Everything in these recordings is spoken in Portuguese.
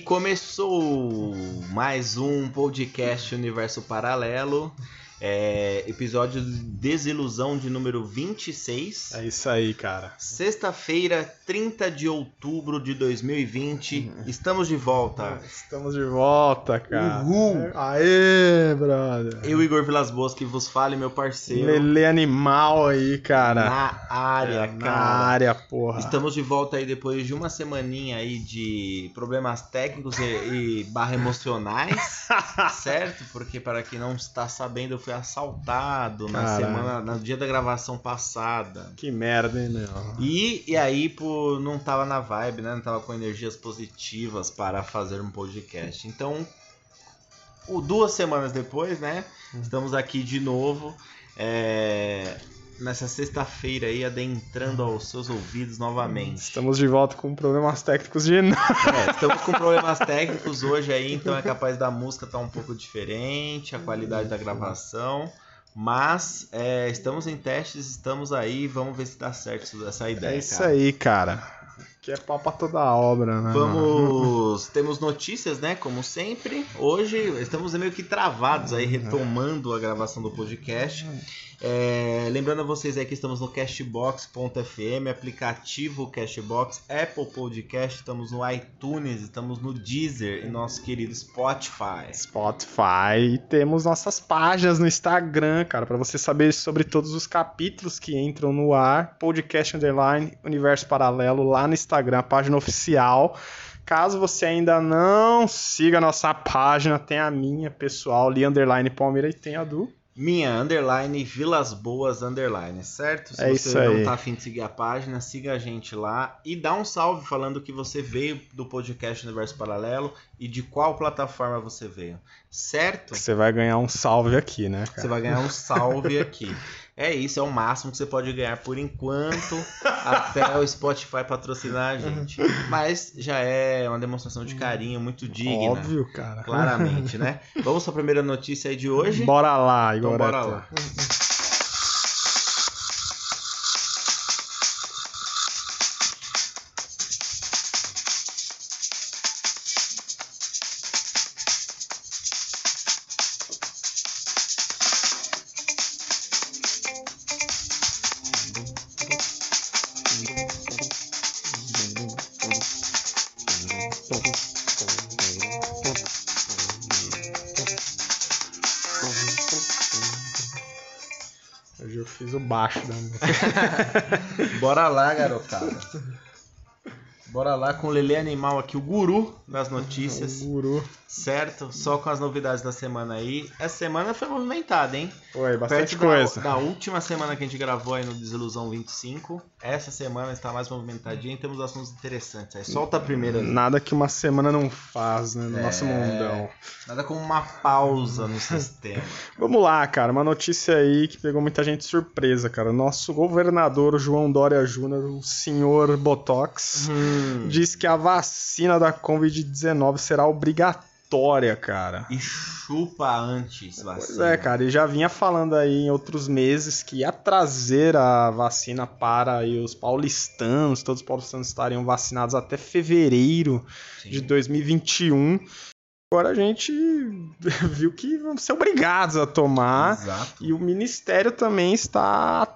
começou mais um podcast Universo Paralelo, episódio de Desilusão de número 26. É isso aí, cara. Sexta-feira, 30 de outubro de 2020, estamos de volta. Estamos de volta, cara. Uhul! Aê, brother. Eu, Igor Vilas Boas, que vos fale, meu parceiro. Lelê animal aí, cara. Na área, cara. Na área, porra. Estamos de volta aí depois de uma semaninha aí de problemas técnicos e barra emocionais, certo? Porque para quem não está sabendo, eu fui assaltado no dia da gravação passada. Que merda, hein, meu? E aí, não tava na vibe, né? Não tava com energias positivas para fazer um podcast. Então, 2 semanas depois, né? Estamos aqui de novo. Nessa sexta-feira aí, adentrando aos seus ouvidos novamente. Estamos de volta com problemas técnicos de novo. Estamos com problemas técnicos hoje aí, então é capaz da música estar um pouco diferente, a qualidade da gravação. Mas estamos em testes, estamos aí, vamos ver se dá certo essa ideia. É isso aí, cara. Que é pau pra toda a obra, né? Temos notícias, né? Como sempre. Hoje estamos meio que travados aí, retomando a gravação do podcast. Lembrando a vocês aí que estamos no Cashbox.fm, aplicativo Cashbox, Apple Podcast, estamos no iTunes, estamos no Deezer e nosso querido Spotify. E temos nossas páginas no Instagram, cara, para você saber sobre todos os capítulos que entram no ar, podcast _ Universo Paralelo, lá no Instagram, a página oficial. Caso você ainda não siga a nossa página, tem a minha pessoal, Li _ Palmeira, e tem a do... Minha, _ Vilas Boas, _ certo? Se você não tá afim de seguir a página, siga a gente lá e dá um salve falando que você veio do podcast Universo Paralelo e de qual plataforma você veio, certo? Você vai ganhar um salve aqui, né, cara? Você vai ganhar um salve aqui. É isso, é o máximo que você pode ganhar por enquanto, até o Spotify patrocinar a gente. Mas já é uma demonstração de carinho muito digna. Óbvio, cara. Claramente, né? Vamos para a primeira notícia aí de hoje? Bora lá, Igor. Então, bora lá. Hoje eu fiz o baixo da música. Bora lá, garotada. Bora lá com o Lelê Animal aqui, o guru das notícias. O guru. Certo? Só com as novidades da semana aí. Essa semana foi movimentada, hein? Foi, bastante Perto coisa. Da última semana que a gente gravou aí no Desilusão 25. Essa semana está mais movimentadinha e temos assuntos interessantes. Aí solta a primeira. Nada que uma semana não faz, né? No nosso mundão. Nada como uma pausa no sistema. Vamos lá, cara. Uma notícia aí que pegou muita gente de surpresa, cara. Nosso governador, o João Dória Júnior, o senhor Botox, diz que a vacina da Covid-19 será obrigatória, cara. E chupa antes vacina. Pois é, cara. E já vinha falando aí em outros meses que ia trazer a vacina para aí os paulistanos. Todos os paulistanos estariam vacinados até fevereiro de 2021. Agora a gente viu que vamos ser obrigados a tomar. Exato. E o Ministério também está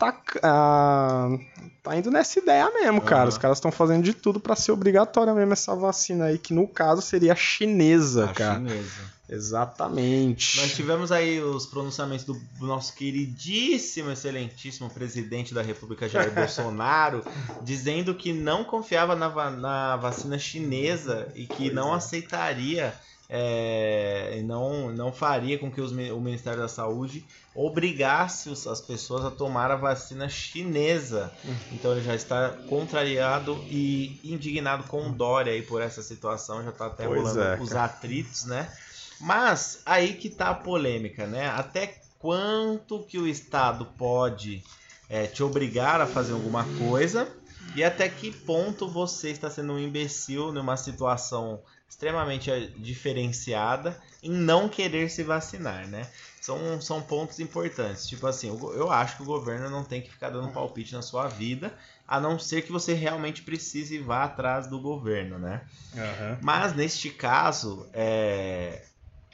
tá indo nessa ideia mesmo, cara. Os caras estão fazendo de tudo para ser obrigatória mesmo essa vacina aí, que no caso seria a chinesa, cara. Chinesa. Exatamente. Nós tivemos aí os pronunciamentos do nosso queridíssimo, excelentíssimo presidente da República, Jair Bolsonaro, dizendo que não confiava na vacina chinesa e que não aceitaria... não faria com que o Ministério da Saúde obrigasse as pessoas a tomar a vacina chinesa. Então ele já está contrariado e indignado com o Dória aí por essa situação, já está até rolando os atritos, né? Mas aí que tá a polêmica, né? Até quanto que o Estado pode te obrigar a fazer alguma coisa e até que ponto você está sendo um imbecil numa situação extremamente diferenciada em não querer se vacinar, né? São pontos importantes. Tipo assim, eu acho que o governo não tem que ficar dando palpite na sua vida, a não ser que você realmente precise e vá atrás do governo, né? Uhum. Mas neste caso, é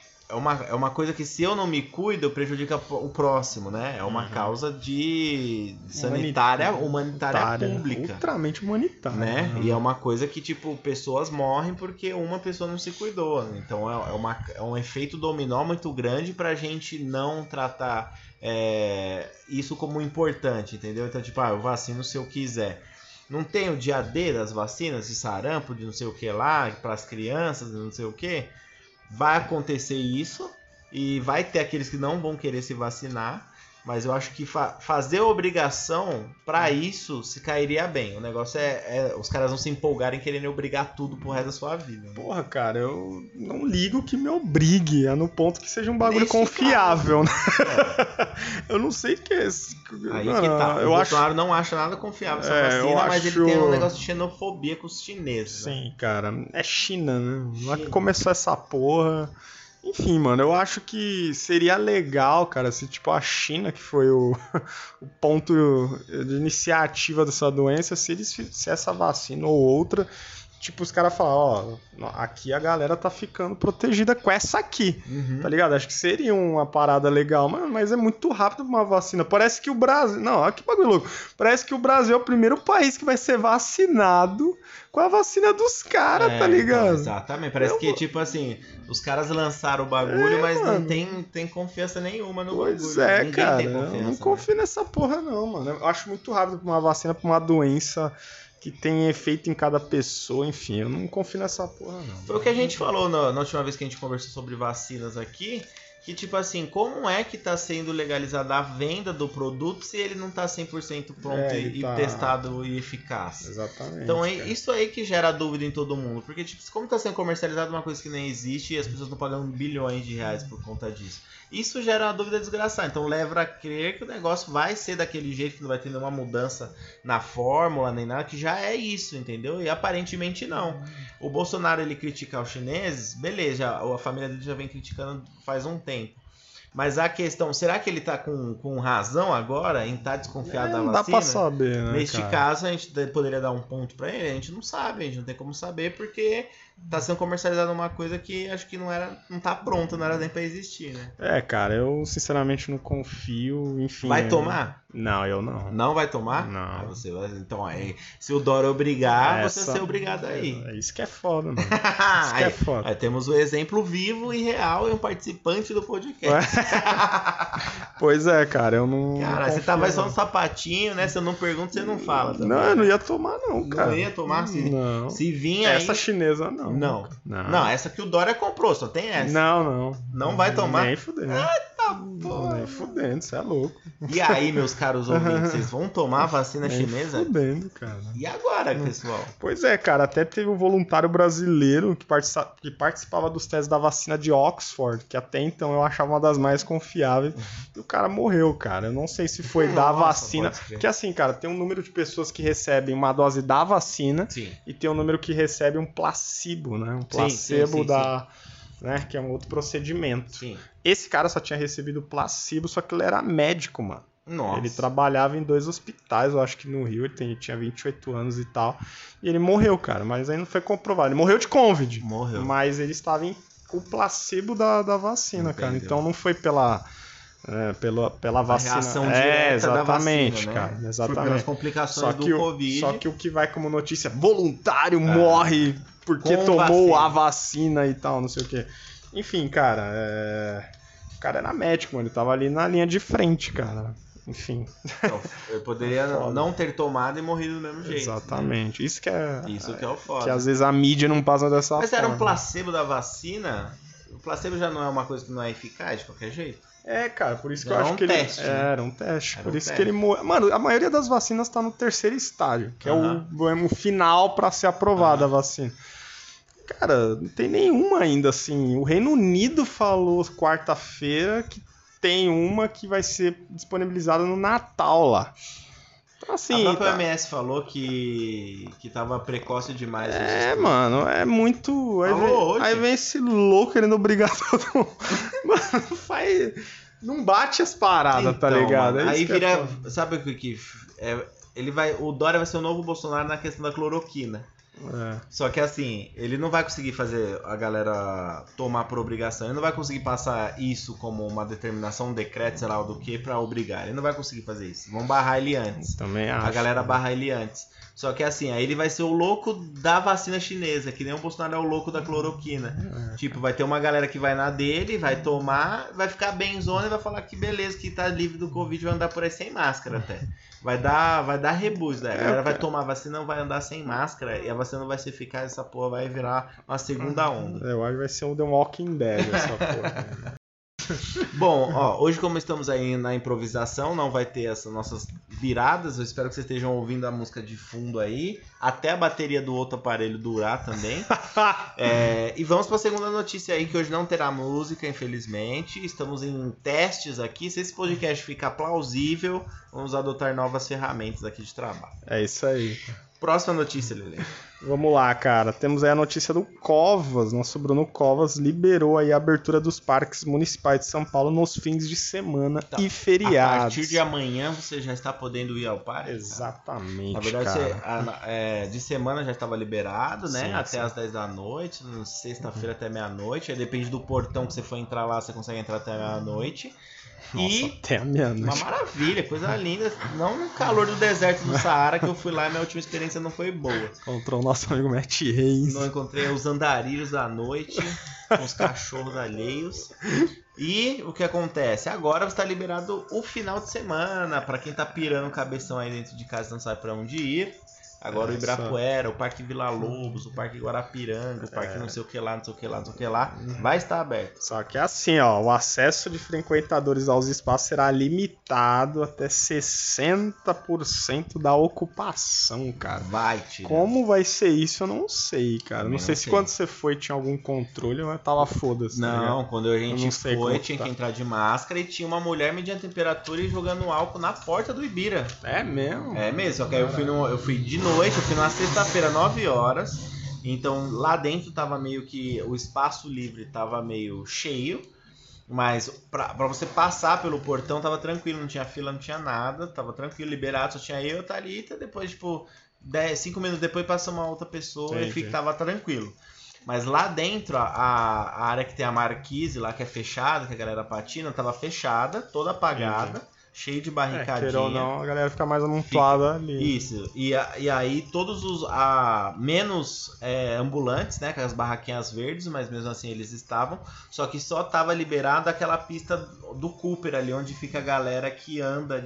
uma coisa que, se eu não me cuido, prejudica o próximo, né? É uma causa de humanitária pública. Ultramente humanitária. Né? E é uma coisa que, tipo, pessoas morrem porque uma pessoa não se cuidou. Então é um efeito dominó muito grande pra gente não tratar isso como importante, entendeu? Então, tipo, eu vacino se eu quiser. Não tem o dia D das vacinas, de sarampo, de não sei o que lá, para as crianças, de não sei o que. Vai acontecer isso e vai ter aqueles que não vão querer se vacinar, mas eu acho que fazer obrigação para isso se cairia bem. O negócio os caras não se empolgarem querendo obrigar tudo pro resto da sua vida. Né? Porra, cara, eu não ligo que me obrigue, no ponto que seja um bagulho confiável, né? Eu não sei o que é esse. Aí que tá. O Bolsonaro não acha nada confiável essa vacina, mas ele tem um negócio de xenofobia com os chineses. Sim, né? cara. É China, né? Lá que começou essa porra. Enfim, mano, eu acho que seria legal, cara, se tipo a China, que foi o ponto de iniciativa dessa doença, se essa vacina ou outra, tipo, os caras falam, aqui a galera tá ficando protegida com essa aqui, tá ligado? Acho que seria uma parada legal, mas é muito rápido pra uma vacina. Parece que o Brasil... Não, olha que bagulho louco. Parece que o Brasil é o primeiro país que vai ser vacinado com a vacina dos caras, tá ligado? Então, exatamente. Parece que, tipo assim, os caras lançaram o bagulho, mas mano, não tem confiança nenhuma no bagulho. Pois é, ninguém cara. Eu não confio nessa porra, não, mano. Eu acho muito rápido pra uma vacina pra uma doença que tem efeito em cada pessoa, enfim, eu não confio nessa porra, não. Foi o que a gente falou na última vez que a gente conversou sobre vacinas aqui, que tipo assim, como é que tá sendo legalizada a venda do produto se ele não tá 100% pronto e testado e eficaz? Exatamente. Então é isso aí que gera dúvida em todo mundo, porque tipo, como tá sendo comercializado uma coisa que nem existe e as pessoas estão pagando bilhões de reais por conta disso. Isso gera uma dúvida desgraçada, então leva a crer que o negócio vai ser daquele jeito, que não vai ter nenhuma mudança na fórmula, nem nada, que já é isso, entendeu? E aparentemente não. O Bolsonaro, ele criticar os chineses, beleza, a família dele já vem criticando faz um tempo. Mas a questão, será que ele tá com razão agora em estar desconfiado da vacina? Não dá pra saber, né, Neste caso, a gente poderia dar um ponto pra ele, a gente não sabe, a gente não tem como saber, porque tá sendo comercializada uma coisa que acho que não tá pronta, não era nem pra existir, né? Cara, eu sinceramente não confio, enfim... Vai tomar? Não, eu não. Não vai tomar? Não. Você vai... Então, se o Dória obrigar, você vai ser obrigado aí. Isso que é foda, mano. Isso que é foda. Aí temos o exemplo vivo e real e um participante do podcast. Pois é, cara, eu não... Cara, você tava só no sapatinho, né? Se eu não pergunto, você não fala também. Não, eu não ia tomar não, cara. Não ia tomar? Se vinha essa chinesa não. Não, essa que o Dória comprou, só tem essa. Não. Não vai tomar? Nem fudendo. Nem fudendo, você é louco. E aí, meus caros ouvintes, vocês vão tomar a vacina chinesa? Fudendo, cara. E agora, pessoal? Pois é, cara, até teve um voluntário brasileiro que participava dos testes da vacina de Oxford, que até então eu achava uma das mais confiáveis, e o cara morreu, cara. Eu não sei se foi da vacina, porque assim, cara, tem um número de pessoas que recebem uma dose da vacina, e tem um número que recebe um placebo, né? Um placebo né, que é um outro procedimento. Sim. Esse cara só tinha recebido placebo, só que ele era médico, mano. Nossa. Ele trabalhava em 2 hospitais, eu acho que no Rio, ele tinha 28 anos e tal. E ele morreu, cara, mas aí não foi comprovado. Ele morreu de Covid. Morreu. Mas ele estava com o placebo da vacina, cara. Então não foi pela vacina. A reação direta da vacina, cara. Né? Exatamente. Foi pelas complicações do Covid. Só que o que vai como notícia, voluntário morre porque tomou a vacina e tal, não sei o quê. Enfim, cara, o cara era médico, mano. Ele tava ali na linha de frente, cara. Enfim. Então, eu poderia não ter tomado e morrido do mesmo jeito. Exatamente. Né? Isso que é o foda. Que às vezes a mídia não passa dessa forma. Mas era um placebo da vacina? O placebo já não é uma coisa que não é eficaz de qualquer jeito? Cara, por isso que eu acho que ele... Era um teste. Por isso que ele morreu. Mano, a maioria das vacinas tá no 3º estágio, que é o final pra ser aprovada a vacina. Cara, não tem nenhuma ainda, assim. O Reino Unido falou quarta-feira que tem uma que vai ser disponibilizada no Natal lá. Assim, a própria OMS falou que tava precoce demais. Mano, é muito... Aí vem esse louco querendo obrigar todo mundo. Mano, não bate as paradas, então, tá ligado? Mano, aí vira... Sabe o que... O Dória vai ser o novo Bolsonaro na questão da cloroquina. Só que assim, ele não vai conseguir fazer a galera tomar por obrigação. Ele não vai conseguir passar isso como uma determinação, um decreto, sei lá, do que pra obrigar. Ele não vai conseguir fazer isso. Vão barrar ele antes. Também acho. A galera barra ele antes. Só que assim, aí ele vai ser o louco da vacina chinesa, que nem o Bolsonaro é o louco da cloroquina. Tipo, vai ter uma galera que vai na dele, vai tomar, vai ficar benzona e vai falar que beleza, que tá livre do Covid, vai andar por aí sem máscara até. Vai dar rebus, né? A galera vai tomar vacina, não vai andar sem máscara e a vacina não vai ser eficaz, essa porra vai virar uma segunda onda. Eu acho que vai ser um The Walking Dead essa porra. Bom, hoje como estamos aí na improvisação, não vai ter essas nossas viradas. Eu espero que vocês estejam ouvindo a música de fundo aí, até a bateria do outro aparelho durar também. E vamos para a segunda notícia aí, que hoje não terá música, infelizmente. Estamos em testes aqui. Se esse podcast ficar plausível, vamos adotar novas ferramentas aqui de trabalho. É isso aí. Próxima notícia, Lele. Vamos lá, cara. Temos aí a notícia do Covas. Nosso Bruno Covas liberou aí a abertura dos parques municipais de São Paulo nos fins de semana e feriados. A partir de amanhã você já está podendo ir ao parque? Exatamente, na verdade, cara. de semana já estava liberado, né? Sim, até às 10 da noite, sexta-feira até meia-noite. Aí depende do portão que você for entrar lá, você consegue entrar até meia-noite. Nossa, até a meia-noite. Uma maravilha, coisa linda. Não no calor do deserto do Saara, que eu fui lá e minha última experiência não foi boa. Encontrou o nosso amigo Matt Reis. Não encontrei os andarilhos da noite, com os cachorros alheios. E o que acontece? Agora está liberado o final de semana, para quem tá pirando o cabeção aí dentro de casa e não sabe para onde ir. Agora o Ibirapuera, o Parque Vila Lobos, o Parque Guarapiranga, o Parque não sei o que lá, não sei o que lá, não sei o que lá, vai estar aberto. Só que assim, o acesso de frequentadores aos espaços será limitado até 60% da ocupação, cara. Vai, tira. Como vai ser isso, eu não sei, cara. Não sei se quando você foi tinha algum controle, mas tava foda-se. Não, quando a gente foi, tinha que entrar de máscara e tinha uma mulher medindo a temperatura e jogando álcool na porta do Ibira. É mesmo? É mesmo, só que aí eu fui de noite, eu fui numa sexta-feira, 9 horas. Então lá dentro tava meio que o espaço livre tava meio cheio, mas pra você passar pelo portão tava tranquilo, não tinha fila, não tinha nada, tava tranquilo, liberado, só tinha eu e a Thalita. Depois, tipo, 5 minutos depois passou uma outra pessoa e tava tranquilo. Mas lá dentro, a área que tem a marquise lá, que é fechada, que a galera patina, tava fechada, toda apagada. Cheio de barricadinha. Queira ou não, a galera fica mais amontoada ali. Isso. E aí todos os menos ambulantes, né? Com as barraquinhas verdes, mas mesmo assim eles estavam. Só que só tava liberada aquela pista do Cooper ali, onde fica a galera que anda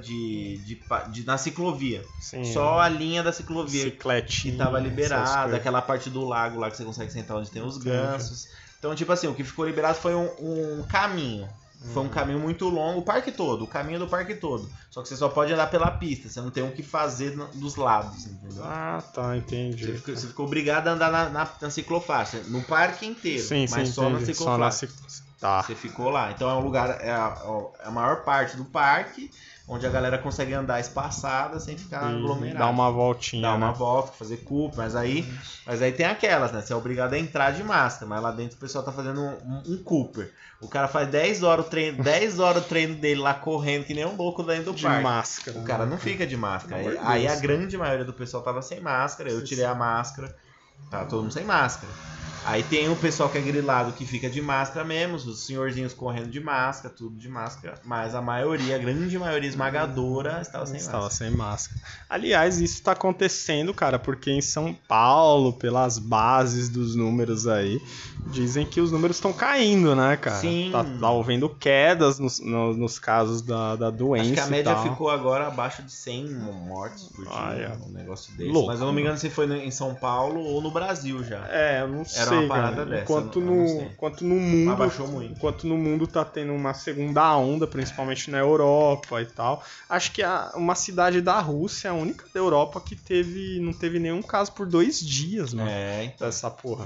na ciclovia. Sim, só a linha da ciclovia que tava liberada, aquela parte do lago lá que você consegue sentar onde tem os gansos. Então, tipo assim, o que ficou liberado foi um caminho. Foi um caminho muito longo, o caminho do parque todo. Só que você só pode andar pela pista, você não tem o que fazer dos lados, entendeu? Ah, tá, entendi. Você ficou obrigado a andar na ciclofaixa, no parque inteiro, mas só na ciclofaixa. Tá. Você ficou lá. Então é um lugar, é a maior parte do parque, onde a galera consegue andar espaçada sem ficar aglomerada. Dar uma voltinha. Dar uma volta, fazer Cooper, mas aí tem aquelas, né? Você é obrigado a entrar de máscara, mas lá dentro o pessoal tá fazendo um Cooper. O cara faz 10 horas o treino dele lá correndo que nem um louco dentro do parque. De máscara. O cara não fica de máscara. Aí a grande maioria do pessoal tava sem máscara, eu tirei a máscara, tava todo mundo sem máscara. Aí tem o pessoal que é grilado que fica de máscara mesmo, os senhorzinhos correndo de máscara, tudo de máscara, mas a grande maioria esmagadora estava sem máscara. Aliás, isso está acontecendo, cara, porque em São Paulo, pelas bases dos números aí, dizem que os números estão caindo, né, cara? Sim. Tá havendo quedas nos casos da doença. Acho que a média ficou agora abaixo de 100 mortes por dia, um negócio desse. Louco. Mas eu não me engano se foi em São Paulo ou no Brasil já. Eu não sei. Era uma parada dessa. Enquanto no mundo, abaixou muito. Enquanto no mundo tá tendo uma segunda onda, principalmente na Europa e tal. Acho que uma cidade da Rússia é a única da Europa que não teve nenhum caso por 2 dias, mano. Então. Dessa porra.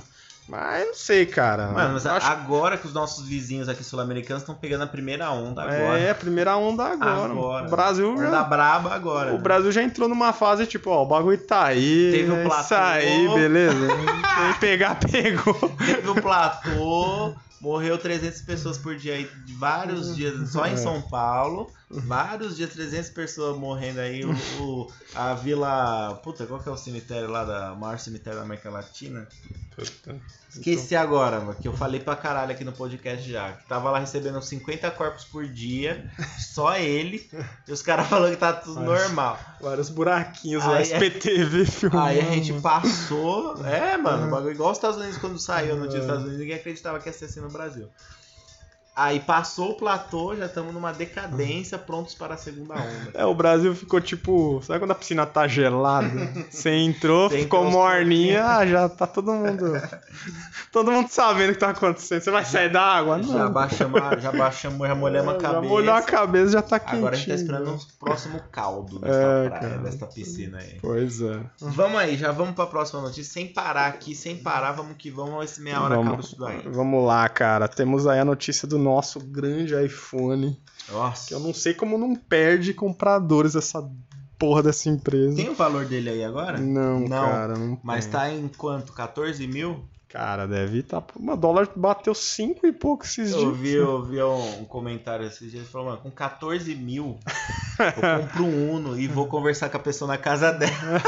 Mas não sei, cara. Mano, mas agora que os nossos vizinhos aqui sul-americanos estão pegando a primeira onda agora. É, a primeira onda agora. O Brasil já... braba agora. O Brasil já entrou numa fase tipo, ó, o bagulho tá aí. Teve o platô. Isso aí, beleza. Quem pegar, pegou. Teve o platô. Morreu 300 pessoas por dia aí, vários dias, só em São Paulo. Vários dias, 300 pessoas morrendo aí. A vila... Puta, qual que é o cemitério lá, o maior cemitério da América Latina? Esqueci agora, mano, que eu falei pra caralho aqui no podcast já. Que tava lá recebendo 50 corpos por dia, só ele. E os caras falando que tá tudo normal. Vários buraquinhos lá, SPTV filmando. Aí a gente passou. Mano, bagulho igual os Estados Unidos quando saiu a notícia dos Estados Unidos, ninguém acreditava que ia ser assim no Brasil. Aí passou o platô, já estamos numa decadência, prontos para a segunda onda. O Brasil ficou tipo... Sabe quando a piscina tá gelada? Você entrou, ficou morninha, já tá todo mundo... Todo mundo sabendo o que tá acontecendo. Você vai sair da água? Não. Já baixamos, já molhamos a cabeça. Já molhou a cabeça, já tá quentinho. Agora a gente tá esperando o próximo caldo dessa praia, dessa piscina aí. Pois é. Vamos aí, já vamos pra próxima notícia. Sem parar aqui, vamos que vamos. Esse meia hora acaba isso daí. Vamos lá, cara. Temos aí a notícia do nosso grande iPhone. Nossa. Que eu não sei como não perde compradores essa porra dessa empresa. Tem o valor dele aí agora? Não, cara, não Mas tem. tá em quanto? 14 mil? Cara, deve estar... O dólar bateu 5 e pouco esses dias. Eu vi um comentário esses dias, falou, mano, com 14 mil eu compro um Uno e vou conversar com a pessoa na casa dela.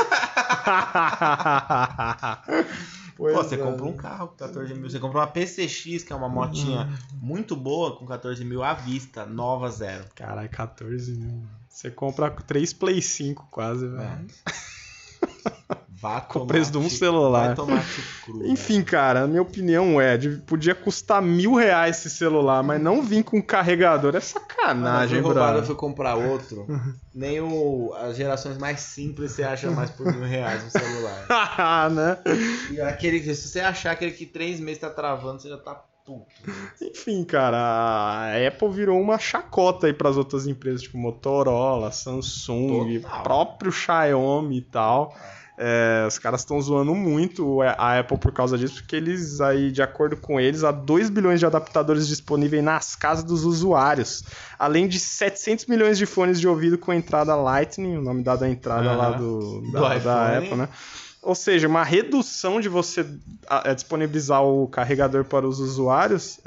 Pô, você compra um carro com 14 mil, você compra uma PCX, que é uma motinha muito boa, com 14 mil à vista, nova, zero. Caralho, 14 mil. Você compra 3 Play 5 quase, velho. Com o preço de um celular. Vai tomar cru, enfim, cara, a minha opinião podia custar R$1.000 esse celular, mas não vir com carregador. É sacanagem, bro. Eu fui comprar outro. Nem as gerações mais simples você acha mais por R$1.000 no celular. Né? E aquele que, se você achar aquele que 3 meses tá travando, você já tá puto. Enfim, cara, a Apple virou uma chacota aí pras outras empresas, tipo Motorola, Samsung, próprio Xiaomi e tal. Os caras estão zoando muito a Apple por causa disso, porque eles aí, de acordo com eles, há 2 bilhões de adaptadores disponíveis nas casas dos usuários, além de 700 milhões de fones de ouvido com entrada Lightning, o nome dado a entrada lá da Apple, né? Ou seja, uma redução de você disponibilizar o carregador para os usuários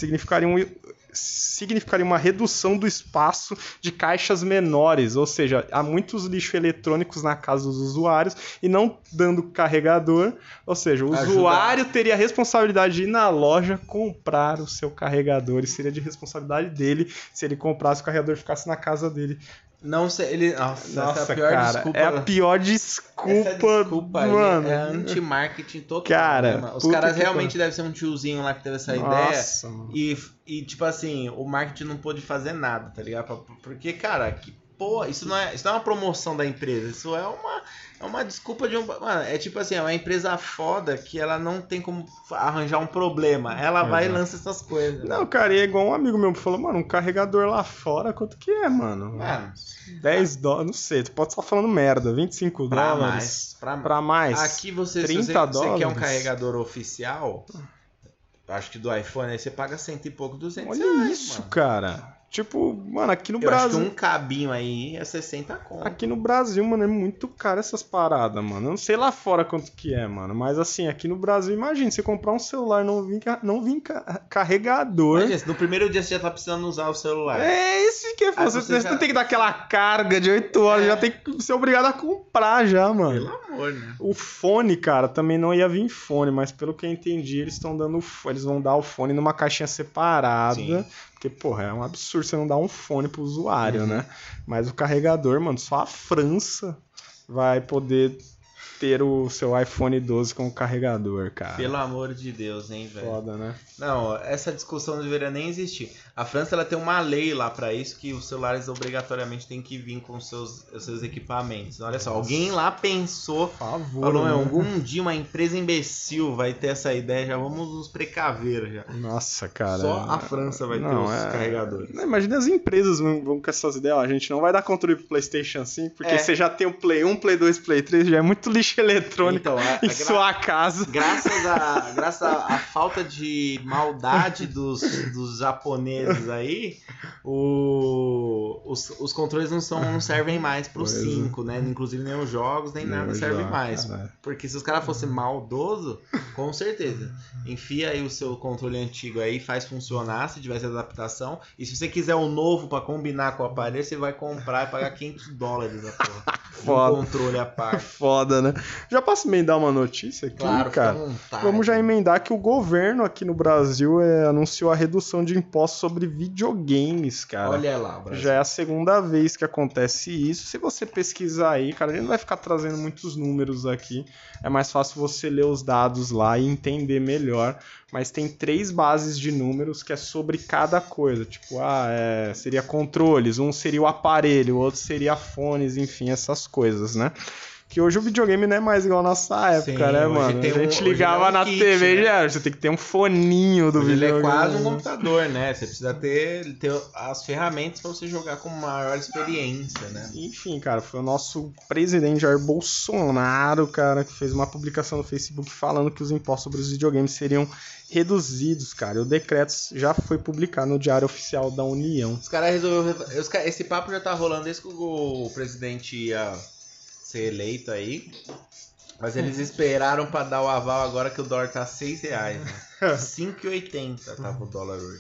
significaria uma redução do espaço de caixas menores, ou seja, há muitos lixos eletrônicos na casa dos usuários e não dando carregador, ou seja, o usuário teria a responsabilidade de ir na loja comprar o seu carregador e seria de responsabilidade dele se ele comprasse o carregador e ficasse na casa dele. Não sei, ele... Nossa, essa é a pior cara, desculpa. É a pior desculpa, mano. É anti-marketing total. Cara, né, os caras realmente devem ser um tiozinho lá que teve essa ideia. E, tipo assim, o marketing não pôde fazer nada, tá ligado? Porque, cara, isso não é uma promoção da empresa, isso é uma desculpa de um... Mano, é tipo assim, é uma empresa foda que ela não tem como arranjar um problema. Ela vai e lança essas coisas. Não, cara, e é igual um amigo meu que falou, mano, um carregador lá fora, quanto que é, mano? $10, não sei, tu pode estar falando merda, $25. Pra mais. Aqui você, $30. Se você quer um carregador oficial, acho que do iPhone, aí você paga 100 e pouco, 200 Olha reais, isso, mano. cara. Tipo, mano, aqui no Brasil... acho que um cabinho aí é 60 conto. Aqui no Brasil, mano, é muito caro essas paradas, mano. Eu não sei lá fora quanto que é, mano. Mas assim, aqui no Brasil, imagina, você comprar um celular e não vir carregador. Imagina, no primeiro dia você já tá precisando usar o celular. Esse que é foda. Você não tem que dar aquela carga de 8 horas, já tem que ser obrigado a comprar já, mano. Pelo amor, né? O fone, cara, também não ia vir fone, mas pelo que eu entendi, eles vão dar o fone numa caixinha separada. Sim. Porque, porra, é um absurdo você não dar um fone pro usuário, né? Mas o carregador, mano, só a França vai poder ter o seu iPhone 12 com carregador, cara. Pelo amor de Deus, hein, velho. Foda, né? Não, essa discussão não deveria nem existir. A França, ela tem uma lei lá pra isso, que os celulares obrigatoriamente têm que vir com os seus equipamentos. Olha só, alguém lá pensou, falou, algum dia uma empresa imbecil vai ter essa ideia, já vamos nos precaver já. Nossa, cara. Só a França vai ter os carregadores. Imagina as empresas vão com essas ideias, a gente não vai dar controle pro PlayStation 5, porque você já tem o Play 1, Play 2, Play 3, já é muito lixo caixa eletrônica em sua casa. Graças à falta de maldade dos japoneses aí, os controles não servem mais pro 5, né? Inclusive nem os jogos, nem nada serve mais. Cara. Porque se os caras fossem maldosos, com certeza. Enfia aí o seu controle antigo aí, faz funcionar se tivesse adaptação. E se você quiser um novo pra combinar com o aparelho, você vai comprar e pagar $500 a porra. Foda. Um controle à parte. Foda, né? Já posso emendar uma notícia aqui, claro, cara? Vamos já emendar que o governo aqui no Brasil anunciou a redução de impostos sobre videogames, cara. Olha lá, Brasil. Já é a segunda vez que acontece isso. Se você pesquisar aí, cara, a gente não vai ficar trazendo muitos números aqui. É mais fácil você ler os dados lá e entender melhor. Mas tem 3 bases de números que é sobre cada coisa. Tipo, seria controles, um seria o aparelho, o outro seria fones, enfim, essas coisas, né? Que hoje o videogame não é mais igual a nossa época, né, mano? A gente ligava na TV, né? Já, você tem que ter um foninho do videogame. Ele é quase um computador, né? Você precisa ter as ferramentas pra você jogar com maior experiência, né? Enfim, cara, foi o nosso presidente Jair Bolsonaro, cara, que fez uma publicação no Facebook falando que os impostos sobre os videogames seriam reduzidos, cara. E o decreto já foi publicado no Diário Oficial da União. Os caras resolveram... Esse papo já tá rolando desde que o presidente ia ser eleito aí, mas eles esperaram pra dar o aval agora que o dólar tá R$6, né? 5,80 tava o dólar hoje.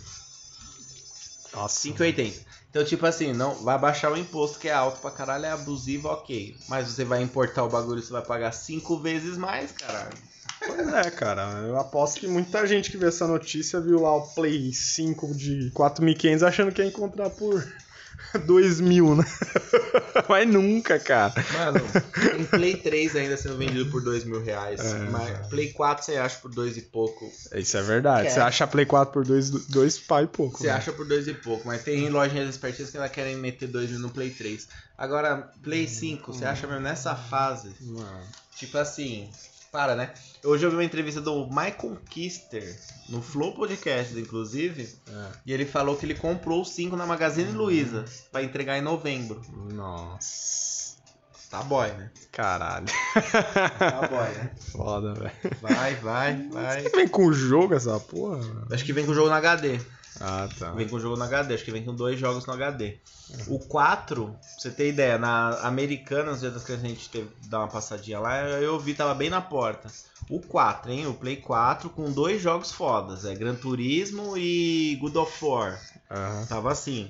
Nossa. 5,80. Então, tipo assim, não vai baixar o imposto que é alto pra caralho, é abusivo, ok. Mas você vai importar o bagulho, você vai pagar 5 vezes mais, caralho. Pois é, cara. Eu aposto que muita gente que vê essa notícia viu lá o Play 5 de 4.500 achando que ia encontrar por 2.000, né? Mas nunca, cara. Mano, tem Play 3 ainda sendo vendido por R$2.000. Mas Play 4 você acha por 2 e pouco. Isso é verdade. Você acha Play 4 por 2 pau e pouco. Você acha por 2 e pouco. Mas tem lojinhas espertinhas que ainda querem meter 2.000 no Play 3. Agora, Play 5, você acha mesmo nessa fase? Tipo assim... Para, né? Hoje eu vi uma entrevista do Michael Kister no Flow Podcast, inclusive. E ele falou que ele comprou o 5 na Magazine Luiza pra entregar em novembro. Nossa. Tá boy, né? Caralho. Tá boy, né? Foda, velho. Vai. Será que vem com o jogo essa porra? Acho que vem com o jogo no HD. Ah, tá. Vem com o jogo no HD, acho que vem com 2 jogos no HD. O 4, pra você ter ideia, na Americanas, dia das que a gente teve que dar uma passadinha lá, eu vi, tava bem na porta. O 4, hein? O Play 4 com 2 jogos fodas, Gran Turismo e God of War. Tava assim.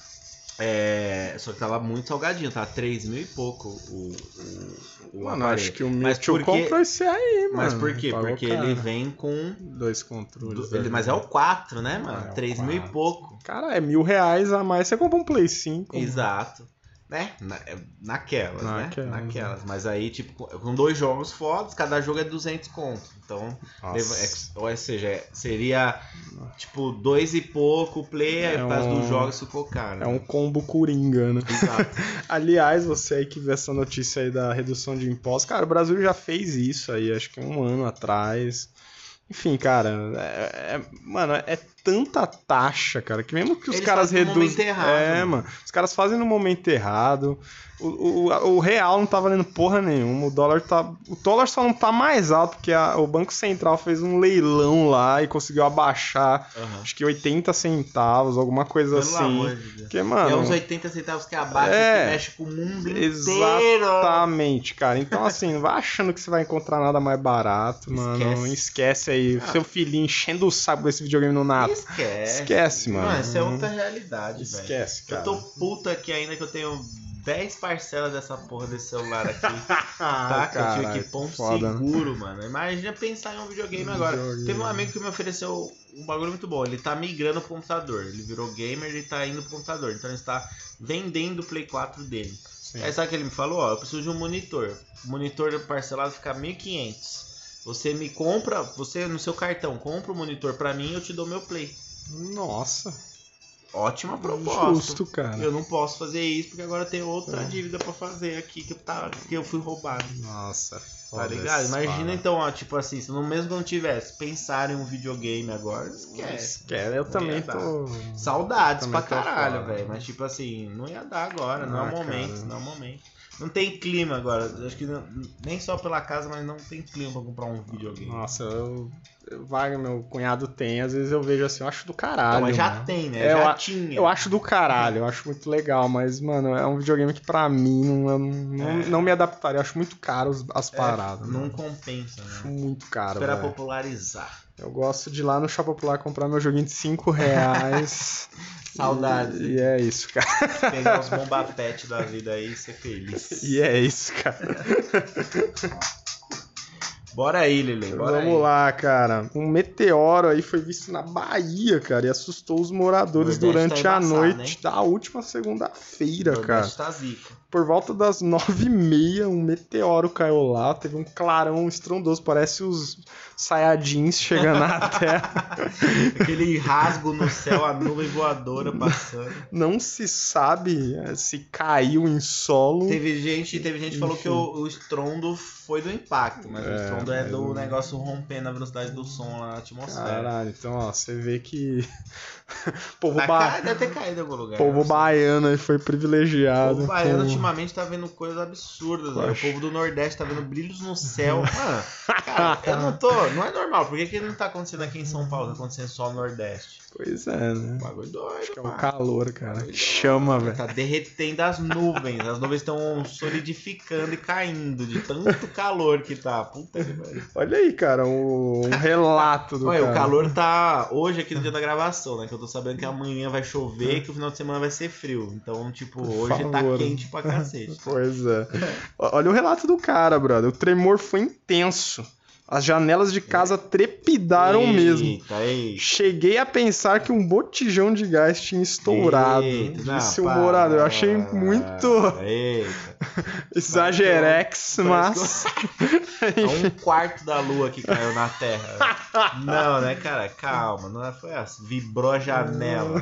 Só que tava muito salgadinho, tá? 3.000 e pouco o mano, aparelho. Acho que o meu tio comprou esse aí, mano. Mas por quê? Porque ele vem com 2 controles. Mas é o 4, né, mano? 3.000 e pouco. Cara, é R$1.000 a mais, você compra um Play 5. Exato. Né? Naquelas, né? Naquelas. Mas aí, tipo, com 2 jogos fodas, cada jogo é 200 conto. Então, ou seja, seria tipo 2 e pouco play, aí por causa dos jogos ficou caro. É um combo coringa, né? Exato. Aliás, você aí que vê essa notícia aí da redução de impostos, cara, o Brasil já fez isso aí, acho que 1 ano atrás. Enfim, cara, mano, é tanta taxa, cara, que mesmo que os caras reduzem... mano, os caras fazem no momento errado. O real não tá valendo porra nenhuma. O dólar só não tá mais alto porque o Banco Central fez um leilão lá e conseguiu abaixar, acho que 80 centavos, alguma coisa Pelo assim. Amor de Deus. Porque, mano, é uns 80 centavos que abaixa, que mexe com o mundo inteiro. Exatamente, cara. Então, assim, não vai achando que você vai encontrar nada mais barato, mano. Esquece aí. Seu filhinho enchendo o saco desse videogame no Natal. Esquece, mano. Mano, isso é outra realidade, velho. Esquece, cara. Eu tô puto aqui ainda que eu tenho 10 parcelas dessa porra desse celular aqui. Tá? Que eu tive que pôr um seguro, mano. Imagina pensar em um videogame agora. Teve um amigo que me ofereceu um bagulho muito bom. Ele tá migrando pro computador. Ele virou gamer e tá indo pro computador. Então ele está vendendo o Play 4 dele. Sim. Aí sabe o que ele me falou? Ó, eu preciso de um monitor. O monitor parcelado fica 1.500. Você me compra, você no seu cartão compra o monitor pra mim e eu te dou meu Play. Nossa. Ótima proposta. Justo, cara. Eu não posso fazer isso porque agora tem outra dívida pra fazer aqui que eu fui roubado. Nossa, foda. Tá ligado? Imagina então, ó, tipo assim, se no mesmo que eu não tivesse, pensar em um videogame agora, esquece. Eu também tô... Saudades pra caralho, velho. Mas tipo assim, não ia dar agora, não é o momento, não é o momento. Não tem clima agora. Acho que nem só pela casa, mas não tem clima pra comprar um videogame. Nossa, meu cunhado tem, às vezes eu vejo assim, eu acho do caralho. Não, mas já mano. tem, né? Já tinha. Eu acho do caralho, eu acho muito legal, mas, mano, é um videogame que pra mim não me adaptaria. Eu acho muito caro as paradas. Não mano. compensa, né? Acho muito caro. Esperar velho. popularizar. Eu gosto de ir lá no Shopping Popular comprar meu joguinho de R$5. Saudades. E é isso, cara. Pegar uns bomba pet da vida aí e ser feliz. E é isso, cara. Bora aí, Lele. Bora Vamos lá, cara. Um meteoro aí foi visto na Bahia, cara, e assustou os moradores durante tá a embaçado, noite né? da última segunda-feira, cara. Tá zica. Por volta das 9h30, um meteoro caiu lá, teve um clarão estrondoso, parece os Saiyajins chegando na Terra. Aquele rasgo no céu, a nuvem voadora passando. Não se sabe se caiu em solo. Teve gente que falou que o estrondo foi do impacto, mas o estrondo é do negócio rompendo a velocidade do som lá na atmosfera. Caralho, então ó, você vê que povo Deve ter caído em algum lugar. povo baiano aí foi privilegiado. O povo baiano ultimamente tá vendo coisas absurdas, né? O povo do Nordeste tá vendo brilhos no céu. Mano, cara, não é normal. Por que não tá acontecendo aqui em São Paulo? Tá acontecendo só no Nordeste? Pois é, né? Bagulho doido, Acho que é mano. o calor, cara. Chama, velho. Tá derretendo as nuvens. As nuvens estão solidificando e caindo de tanto calor que tá. Puta que pariu. Olha aí, cara, um relato do Olha, cara. o calor tá hoje aqui no dia da gravação, né? Que eu tô sabendo que amanhã vai chover e que o final de semana vai ser frio. Então, tipo, hoje tá quente pra cacete. Pois é. Olha o relato do cara, brother. O tremor foi intenso. As janelas de casa trepidaram mesmo. Eita. Cheguei a pensar que um botijão de gás tinha estourado. Disse o morador. Eu achei muito exagerex, mas... É um quarto da lua que caiu na Terra. Não, né, cara? Calma. Não foi assim. Vibrou a janela.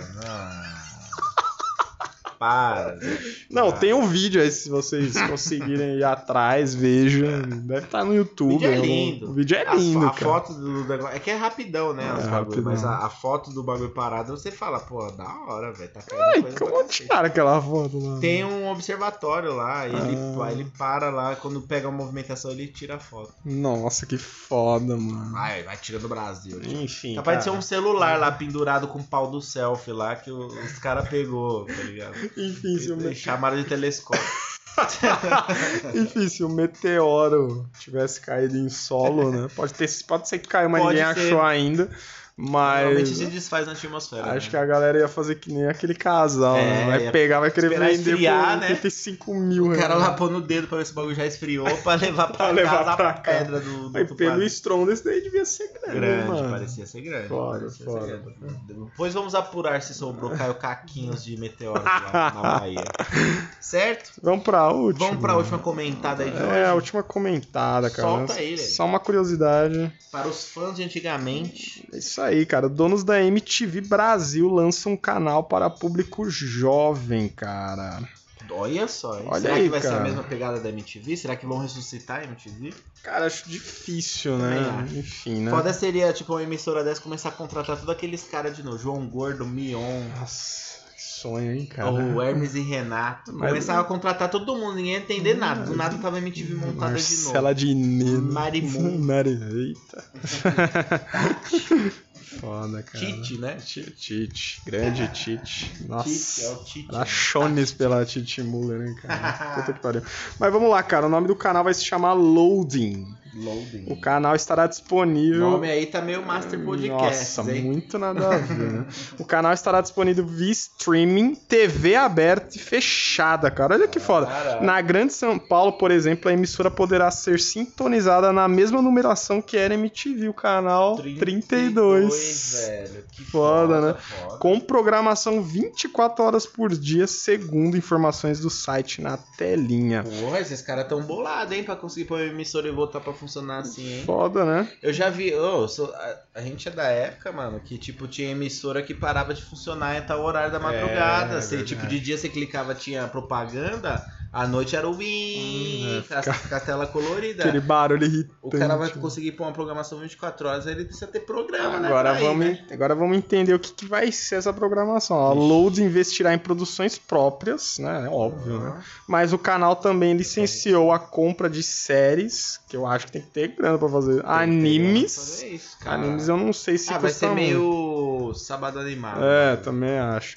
Para. Não, tem um vídeo aí, se vocês conseguirem ir atrás, vejam. Deve estar no YouTube. O vídeo é lindo. O vídeo é lindo, a cara. foto do negócio. É que é rapidão, né? Os bagulho, rapidão. mas a foto do bagulho parado, você fala, pô, da hora, velho. Tá caindo Ai, coisa como pra cacete. tiraram aquela foto lá? Tem um observatório lá, e ele para lá, quando pega a movimentação, ele tira a foto. Nossa, que foda, mano. Vai tirando o Brasil. Enfim. Capaz de ser um celular lá pendurado com o pau do selfie lá que os caras pegou, tá ligado? Enfim, Chamaram de telescópio. Enfim, se o meteoro tivesse caído em solo, né? Pode ser que caiu, mas Pode ninguém ser. achou ainda. Normalmente Mas se desfaz na atmosfera. acho né? que a galera ia fazer que nem aquele casal, né? Vai ia pegar, vai querer esperar vender esfriar, por né? 85 mil. O cara lá pôr no dedo pra ver se o bagulho já esfriou pra levar pra casa a pedra do Aí pelo estrondo, esse daí devia ser grande, mano. parecia ser grande. Foda. Depois vamos apurar se sobrou, caiu caquinhos de meteoros lá na Bahia. Certo? Vamos pra última. Vamos pra última comentada aí de hoje. É, a última comentada, cara. Solta aí, velho. Só uma curiosidade. Para os fãs de antigamente. É isso aí, cara. Donos da MTV Brasil lançam um canal para público jovem, cara. Olha só, hein? Olha Será aí, que vai ser cara. a mesma pegada da MTV? Será que vão ressuscitar a MTV? Cara, acho difícil, né? Também acho. Enfim, né? Foda seria, tipo, uma emissora dessa começar a contratar todos aqueles caras de novo. João Gordo, Mion, Nossa, que sonho, hein, cara? o Hermes e Renato. Mas- Começava a contratar todo mundo, ninguém ia entender nada. Do nada tava a MTV montada Marcela de novo. Diné. Marimun. Eita. Foda, cara. Tite, né? Tite. Grande Tite. Nossa. Tite, é o Tite. Achones pela Titi Muller, né, cara? Puta que pariu. Mas vamos lá, cara. O nome do canal vai se chamar Loading. Loading. O canal estará O disponível. nome aí tá meio Master Podcast, Nossa, hein? muito nada a ver, né? O canal estará disponível via streaming, TV aberta e fechada, cara. Olha que foda. Caraca. Na Grande São Paulo, por exemplo, a emissora poderá ser sintonizada na mesma numeração que era MTV, o canal 32. Velho. Que Foda, né? Foda. Com programação 24 horas por dia, segundo informações do site na telinha. Porra, esses caras tão bolados, hein? Pra conseguir pôr a emissora e voltar pra funcionar assim, hein? Foda, né? Eu já vi, a gente é da época, mano, que tipo tinha emissora que parava de funcionar em tal horário da madrugada. É Você, verdade. tipo, de dia você clicava, tinha propaganda, À noite era o com a tela colorida. Aquele barulho irritante. O cara vai conseguir pôr uma programação 24 horas, ele precisa ter programa, Agora vamos entender o que vai ser essa programação. A Loads investirá em produções próprias, né? É óbvio, né? Mas o canal também licenciou a compra de séries, que eu acho que tem que ter grana pra fazer. Animes. Animes eu não sei se vai ser meio sábado animado. Também acho.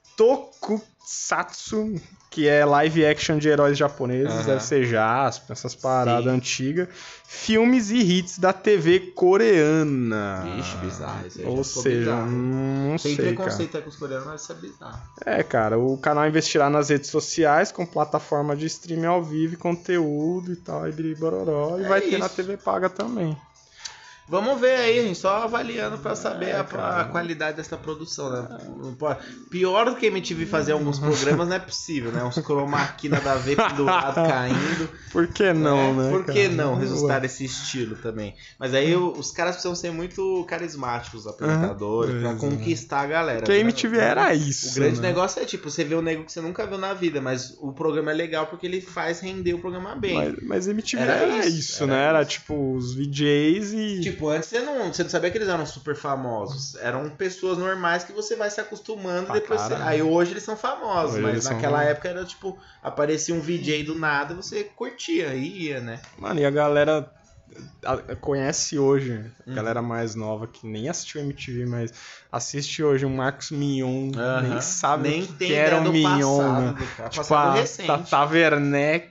Tokusatsu, que é live action de heróis japoneses, deve ser Jasper, essas paradas antigas. Filmes e hits da TV coreana. Ixi, bizarro. Ou seja, não sei, tem preconceito com os coreanos, mas isso é bizarro. Cara, o canal investirá nas redes sociais com plataforma de streaming ao vivo, conteúdo e tal, e biribororó, e vai ter na TV paga também. Vamos ver aí, a gente só avaliando pra saber a qualidade dessa produção, né? Pior do que a MTV fazer alguns programas não é possível, né? Uns chroma key nada a ver pendurado caindo. Por que não, né? Por que não resultar esse estilo também? Mas aí os caras precisam ser muito carismáticos, os apresentadores, pra conquistar a galera. Porque a MTV era isso. O grande negócio é você vê um nego que você nunca viu na vida, mas o programa é legal porque ele faz render o programa bem. Mas a MTV era isso, né? Era tipo os VJs e... Antes você não sabia que eles eram super famosos. Eram pessoas normais que você vai se acostumando depois. Aí hoje eles são famosos, mas naquela época era tipo, aparecia um VJ do nada, você curtia e ia, né? Mano, e a galera conhece hoje, a galera mais nova que nem assistiu MTV, mas assiste hoje um Marcos Mion, nem sabe o que era um Mion, né? Tipo a Tata Werneck,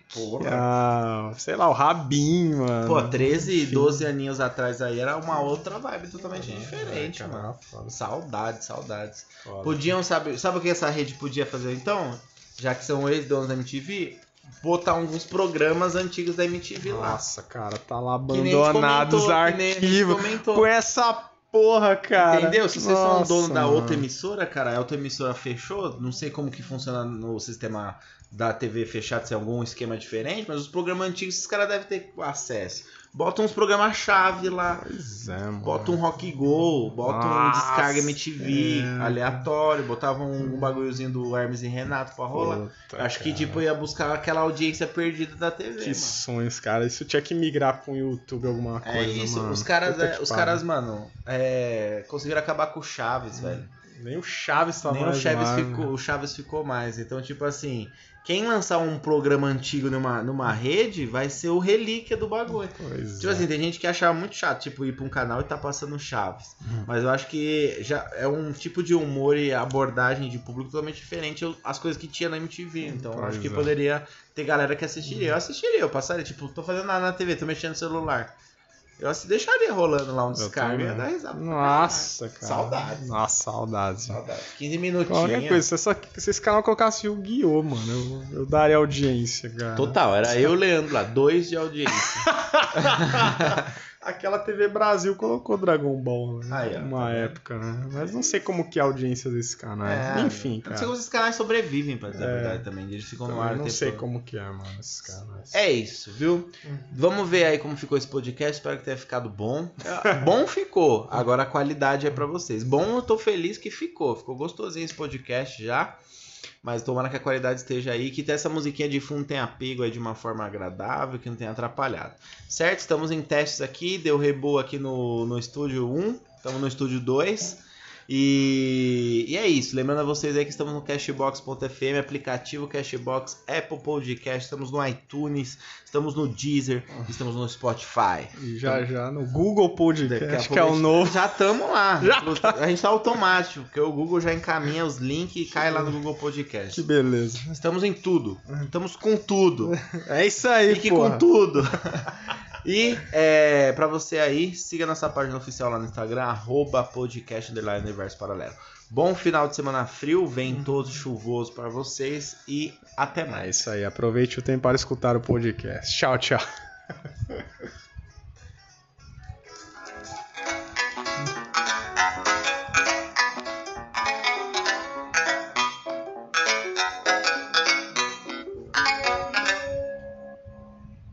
sei lá, o Rabinho, mano. Pô, 13, 12 aninhos atrás aí era uma outra vibe totalmente diferente, mano. Saudades. Foda. Podiam, sabe o que essa rede podia fazer então? Já que são ex-donos da MTV, botar alguns programas antigos da MTV lá. Nossa, cara, tá lá abandonados os arquivos com essa porra, cara. Entendeu? Se vocês são dono da outra emissora, cara, a outra emissora fechou, não sei como que funciona no sistema da TV fechado, se é algum esquema diferente, mas os programas antigos esses caras devem ter acesso. Bota uns programas-chave lá. Pois é, mano. Bota um Rock Go, bota um Descarga MTV aleatório, botava um bagulhozinho do Hermes e Renato pra rolar. Acho que tipo ia buscar aquela audiência perdida da TV. Que sonhos, cara. Isso tinha que migrar pra um YouTube, alguma coisa. É isso, mano. Os caras, mano, conseguiram acabar com o Chaves, velho. Nem o Chaves tava Nem mais o Chaves ficou mais. Então, tipo assim, quem lançar um programa antigo numa rede vai ser o relíquia do bagulho. Tipo assim, tem gente que achava muito chato, tipo, ir pra um canal e tá passando Chaves. Mas eu acho que já é um tipo de humor e abordagem de público totalmente diferente as coisas que tinha na MTV. Então, eu acho que poderia ter galera que assistiria. Eu passaria, tipo, tô fazendo nada na TV, tô mexendo no celular. Eu deixaria rolando lá um descarga e dar risada. Nossa, cara. Saudades. Nossa, saudades. 15 minutinhos. Qualquer coisa, se esse canal colocasse o Guiô, mano, eu daria audiência, cara. Total, era eu e o Leandro lá, 2 de audiência. Aquela TV Brasil colocou Dragon Ball, né? Uma época, né? Mas não sei como que é a audiência desse canal. Enfim, cara. Não sei como esses canais sobrevivem, pra dizer a verdade também. Eles ficam no ar. Não sei como que é, mano, esses canais. É isso, viu? Vamos ver aí como ficou esse podcast. Espero que tenha ficado bom. Bom ficou. Agora a qualidade é pra vocês. Bom, eu tô feliz que ficou. Ficou gostosinho esse podcast já. Mas tomara que a qualidade esteja aí, que essa musiquinha de fundo tenha pego aí de uma forma agradável, que não tenha atrapalhado. Certo? Estamos em testes aqui, deu reboot aqui no estúdio 1, estamos no estúdio 2. E é isso, lembrando a vocês aí que estamos no Cashbox.fm, aplicativo Cashbox, Apple Podcast, estamos no iTunes, estamos no Deezer, estamos no Spotify. E já no Google Podcast, que é o novo. Já estamos lá, a gente tá automático, porque o Google já encaminha os links e cai lá no Google Podcast. Que beleza. Estamos em tudo, estamos com tudo. É isso aí, Fique com tudo. E pra você aí, siga nossa página oficial lá no Instagram, @podcast_universo paralelo. Bom final de semana frio, ventoso, chuvoso para vocês e até mais. É isso aí, aproveite o tempo para escutar o podcast. Tchau, tchau.